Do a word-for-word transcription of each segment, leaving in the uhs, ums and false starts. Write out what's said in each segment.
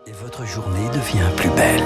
Et votre journée devient plus belle.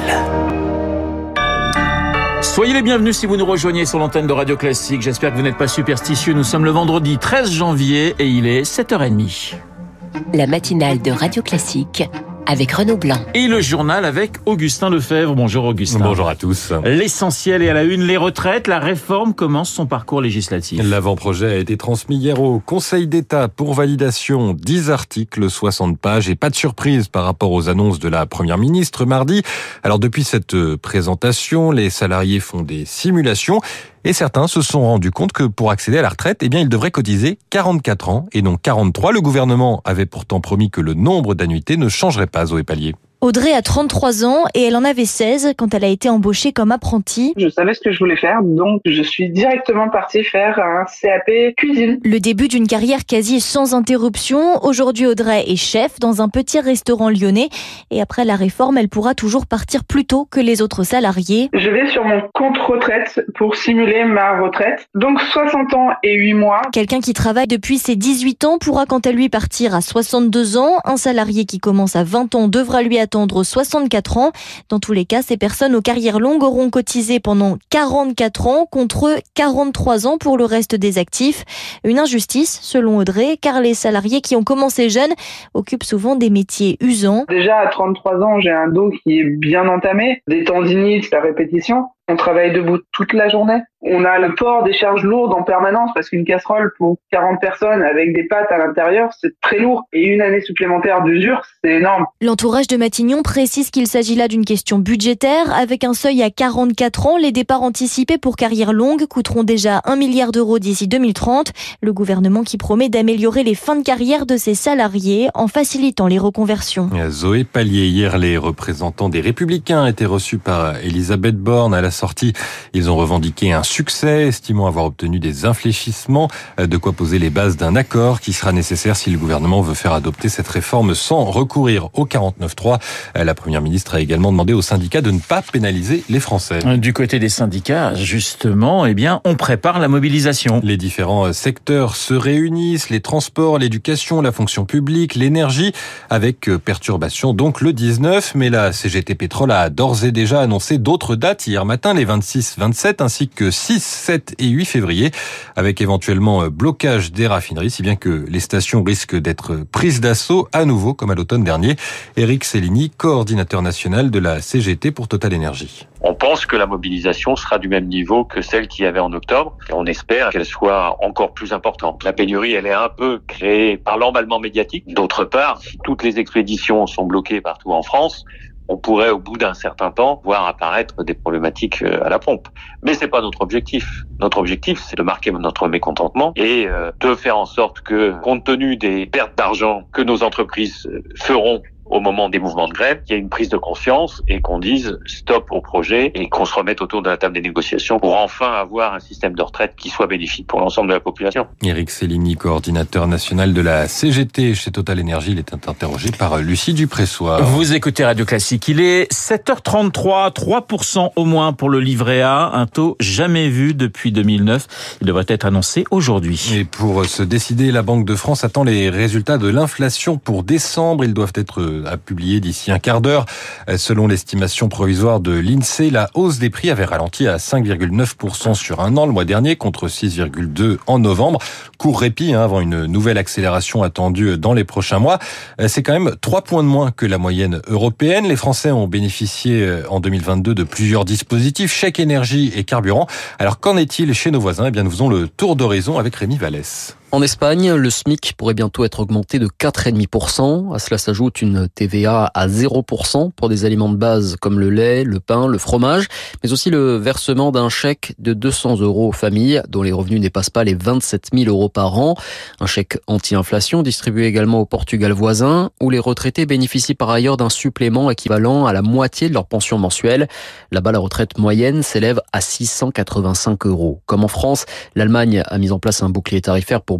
Soyez les bienvenus si vous nous rejoignez sur l'antenne de Radio Classique. J'espère que vous n'êtes pas superstitieux. Nous sommes le vendredi treize janvier et il est sept heures trente. La matinale de Radio Classique avec Renaud Blanc. Et le journal avec Augustin Lefebvre. Bonjour Augustin. Bonjour à tous. L'essentiel est à la une, les retraites. La réforme commence son parcours législatif. L'avant-projet a été transmis hier au Conseil d'État pour validation. dix articles, soixante pages et pas de surprise par rapport aux annonces de la Première ministre mardi. Alors depuis cette présentation, les salariés font des simulations. Et certains se sont rendus compte que pour accéder à la retraite, eh bien, ils devraient cotiser quarante-quatre ans et non quarante-trois. Le gouvernement avait pourtant promis que le nombre d'annuités ne changerait pas, Zoé Pallier. Audrey a trente-trois ans et elle en avait seize quand elle a été embauchée comme apprentie. Je savais ce que je voulais faire, donc je suis directement partie faire un C A P cuisine. Le début d'une carrière quasi sans interruption. Aujourd'hui, Audrey est chef dans un petit restaurant lyonnais et après la réforme, elle pourra toujours partir plus tôt que les autres salariés. Je vais sur mon compte retraite pour simuler ma retraite, donc soixante ans et huit mois. Quelqu'un qui travaille depuis ses dix-huit ans pourra quant à lui partir à soixante-deux ans. Un salarié qui commence à vingt ans devra lui attendre soixante-quatre ans. Dans tous les cas, ces personnes aux carrières longues auront cotisé pendant quarante-quatre ans contre quarante-trois ans pour le reste des actifs. Une injustice, selon Audrey, car les salariés qui ont commencé jeunes occupent souvent des métiers usants. Déjà, à trente-trois ans, j'ai un dos qui est bien entamé, des tendinites, la répétition. On travaille debout toute la journée. On a le port des charges lourdes en permanence parce qu'une casserole pour quarante personnes avec des pâtes à l'intérieur, c'est très lourd. Et une année supplémentaire d'usure, c'est énorme. L'entourage de Matignon précise qu'il s'agit là d'une question budgétaire. Avec un seuil à quarante-quatre ans, les départs anticipés pour carrière longue coûteront déjà un milliard d'euros d'ici deux mille trente. Le gouvernement qui promet d'améliorer les fins de carrière de ses salariés en facilitant les reconversions. Zoé Pallier, hier, les représentants des Républicains étaient reçus par Elisabeth Borne à la sortie. Ils ont revendiqué un succès, estimant avoir obtenu des infléchissements, de quoi poser les bases d'un accord qui sera nécessaire si le gouvernement veut faire adopter cette réforme sans recourir au quarante-neuf trois. La Première ministre a également demandé aux syndicats de ne pas pénaliser les Français. Du côté des syndicats, justement, eh bien, on prépare la mobilisation. Les différents secteurs se réunissent, les transports, l'éducation, la fonction publique, l'énergie, avec perturbation donc le dix-neuf. Mais la C G T Pétrole a d'ores et déjà annoncé d'autres dates hier matin, les vingt-six, vingt-sept ainsi que six, sept et huit février, avec éventuellement blocage des raffineries, si bien que les stations risquent d'être prises d'assaut à nouveau comme à l'automne dernier. Éric Cellini, coordinateur national de la C G T pour Total Énergie. On pense que la mobilisation sera du même niveau que celle qu'il y avait en octobre et on espère qu'elle soit encore plus importante. La pénurie, elle est un peu créée par l'emballement médiatique. D'autre part, si toutes les expéditions sont bloquées partout en France, on pourrait, au bout d'un certain temps, voir apparaître des problématiques à la pompe. Mais c'est pas notre objectif. Notre objectif, c'est de marquer notre mécontentement et de faire en sorte que, compte tenu des pertes d'argent que nos entreprises feront au moment des mouvements de grève, qu'il y ait une prise de conscience et qu'on dise stop au projet et qu'on se remette autour de la table des négociations pour enfin avoir un système de retraite qui soit bénéfique pour l'ensemble de la population. Éric Cellini, coordinateur national de la C G T chez Total Énergie, il est interrogé par Lucie Dupressoir. Vous écoutez Radio Classique, il est sept heures trente-trois, trois pour cent au moins pour le livret A, un taux jamais vu depuis deux mille neuf. Il devrait être annoncé aujourd'hui. Et pour se décider, la Banque de France attend les résultats de l'inflation pour décembre. Ils doivent être à publier d'ici un quart d'heure. Selon l'estimation provisoire de l'INSEE, la hausse des prix avait ralenti à cinq virgule neuf pour cent sur un an le mois dernier contre six virgule deux en novembre. Court répit hein, avant une nouvelle accélération attendue dans les prochains mois. C'est quand même trois points de moins que la moyenne européenne. Les Français ont bénéficié en deux mille vingt-deux de plusieurs dispositifs, chèques énergie et carburant. Alors qu'en est-il chez nos voisins ? Eh bien, nous faisons le tour d'horizon avec Rémi Vallès. En Espagne, le SMIC pourrait bientôt être augmenté de quatre virgule cinq pour cent. À cela s'ajoute une T V A à zéro pour cent pour des aliments de base comme le lait, le pain, le fromage, mais aussi le versement d'un chèque de deux cents euros aux familles dont les revenus ne dépassent pas les vingt-sept mille euros par an. Un chèque anti-inflation distribué également au Portugal voisin, où les retraités bénéficient par ailleurs d'un supplément équivalent à la moitié de leur pension mensuelle. Là-bas, la retraite moyenne s'élève à six cent quatre-vingt-cinq euros. Comme en France, l'Allemagne a mis en place un bouclier tarifaire pour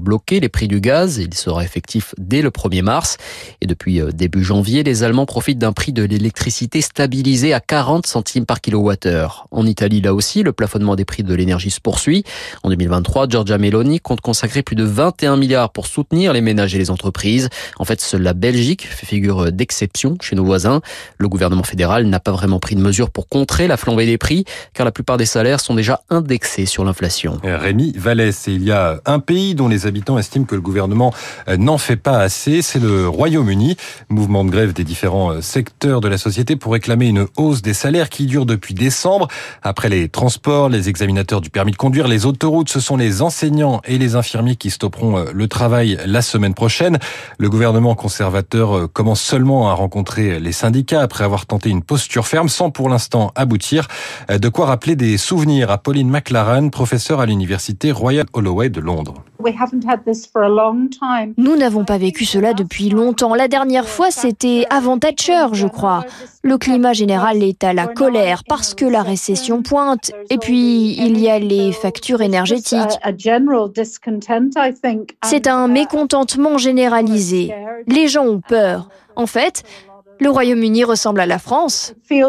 bloqué les prix du gaz. Il sera effectif dès le premier mars. Et depuis début janvier, les Allemands profitent d'un prix de l'électricité stabilisé à quarante centimes par kilowattheure. En Italie, là aussi, le plafonnement des prix de l'énergie se poursuit. En deux mille vingt-trois, Giorgia Meloni compte consacrer plus de vingt et un milliards pour soutenir les ménages et les entreprises. En fait, seule la Belgique fait figure d'exception chez nos voisins. Le gouvernement fédéral n'a pas vraiment pris de mesures pour contrer la flambée des prix, car la plupart des salaires sont déjà indexés sur l'inflation. Rémi Vallès, et il y a un pays dont les habitants estiment que le gouvernement n'en fait pas assez, c'est le Royaume-Uni. Mouvement de grève des différents secteurs de la société pour réclamer une hausse des salaires qui dure depuis décembre. Après les transports, les examinateurs du permis de conduire, les autoroutes, ce sont les enseignants et les infirmiers qui stopperont le travail la semaine prochaine. Le gouvernement conservateur commence seulement à rencontrer les syndicats après avoir tenté une posture ferme sans pour l'instant aboutir. De quoi rappeler des souvenirs à Pauline McLaren, professeure à l'université Royal Holloway de Londres. Nous n'avons pas vécu cela depuis longtemps. La dernière fois, c'était avant Thatcher, je crois. Le climat général est à la colère parce que la récession pointe. Et puis, il y a les factures énergétiques. C'est un mécontentement généralisé. Les gens ont peur. En fait, le Royaume-Uni ressemble à la France.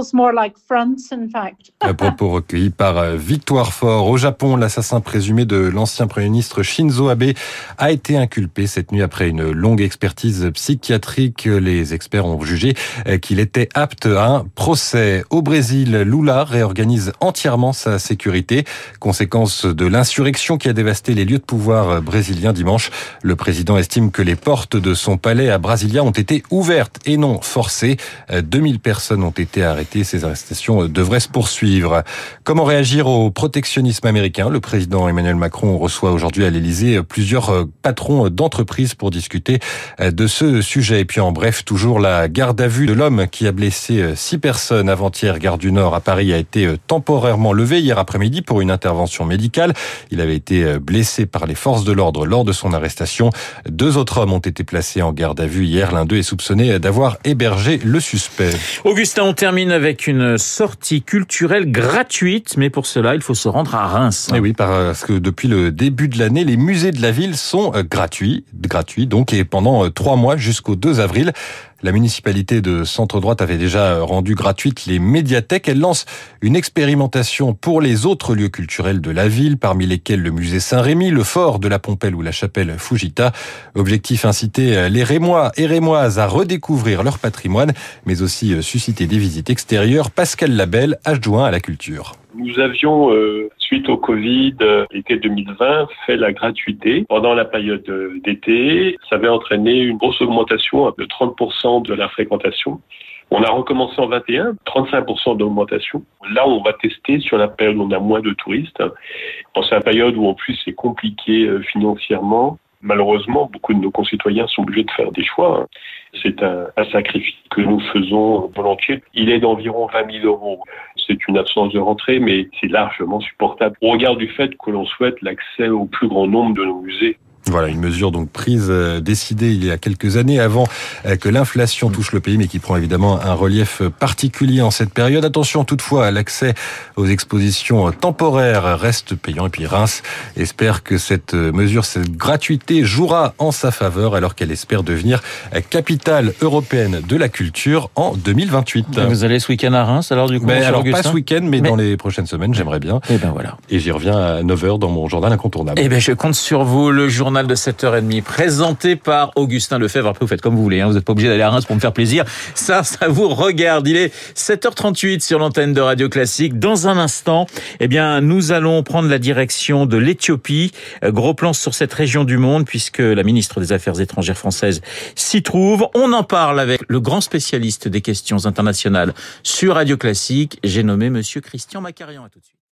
Un propos recueilli par Victoire Fort. Au Japon, l'assassin présumé de l'ancien Premier ministre Shinzo Abe a été inculpé cette nuit après une longue expertise psychiatrique. Les experts ont jugé qu'il était apte à un procès. Au Brésil, Lula réorganise entièrement sa sécurité. Conséquence de l'insurrection qui a dévasté les lieux de pouvoir brésiliens dimanche. Le président estime que les portes de son palais à Brasilia ont été ouvertes et non forcées. deux mille personnes ont été arrêtées. Ces arrestations devraient se poursuivre. Comment réagir au protectionnisme américain ? Le président Emmanuel Macron reçoit aujourd'hui à l'Élysée plusieurs patrons d'entreprises pour discuter de ce sujet. Et puis en bref, toujours la garde à vue de l'homme qui a blessé six personnes avant-hier, gare du Nord à Paris, a été temporairement levée hier après-midi pour une intervention médicale. Il avait été blessé par les forces de l'ordre lors de son arrestation. Deux autres hommes ont été placés en garde à vue hier. L'un d'eux est soupçonné d'avoir hébergé le suspect. Augustin, on termine avec une sortie culturelle gratuite, mais pour cela, il faut se rendre à Reims. Et oui, parce que depuis le début de l'année, les musées de la ville sont gratuits, gratuits donc, et pendant trois mois jusqu'au deux avril. La municipalité de centre-droite avait déjà rendu gratuites les médiathèques. Elle lance une expérimentation pour les autres lieux culturels de la ville, parmi lesquels le musée Saint-Rémy, le fort de la Pompelle ou la chapelle Fujita. Objectif, inciter les Rémois et Rémoises à redécouvrir leur patrimoine, mais aussi susciter des visites extérieures. Pascal Labelle, adjoint à la culture. Nous avions, euh, suite au Covid, euh, l'été deux mille vingt, fait la gratuité pendant la période euh, d'été. Ça avait entraîné une grosse augmentation de trente pour cent de la fréquentation. On a recommencé en vingt et un, trente-cinq pour cent d'augmentation. Là, on va tester sur la période où on a moins de touristes. C'est la période où, en plus, c'est compliqué euh, financièrement. Malheureusement, beaucoup de nos concitoyens sont obligés de faire des choix. C'est un, un sacrifice que nous faisons volontiers. Il est d'environ vingt mille euros. C'est une absence de rentrée, mais c'est largement supportable au regard du fait que l'on souhaite l'accès au plus grand nombre de nos musées. Voilà, une mesure donc prise, euh, décidée il y a quelques années avant euh, que l'inflation touche le pays, mais qui prend évidemment un relief particulier en cette période. Attention toutefois, l'accès aux expositions temporaires reste payant. Et puis Reims espère que cette mesure, cette gratuité jouera en sa faveur, alors qu'elle espère devenir capitale européenne de la culture en deux mille vingt-huit. Vous allez ce week-end à Reims alors du coup? Mais alors pas ce week-end, mais, mais dans les prochaines semaines, j'aimerais bien. Et ben voilà. Et j'y reviens à neuf heures dans mon journal incontournable. Et ben je compte sur vous, le journal de sept heures trente, présenté par Augustin Lefebvre. Après, vous faites comme vous voulez, hein. Vous n'êtes pas obligé d'aller à Reims pour me faire plaisir. Ça, ça vous regarde. Il est sept heures trente-huit sur l'antenne de Radio Classique. Dans un instant, eh bien, nous allons prendre la direction de l'Éthiopie. Gros plan sur cette région du monde, puisque la ministre des Affaires étrangères française s'y trouve. On en parle avec le grand spécialiste des questions internationales sur Radio Classique. J'ai nommé Monsieur Christian Macarian. À tout de suite.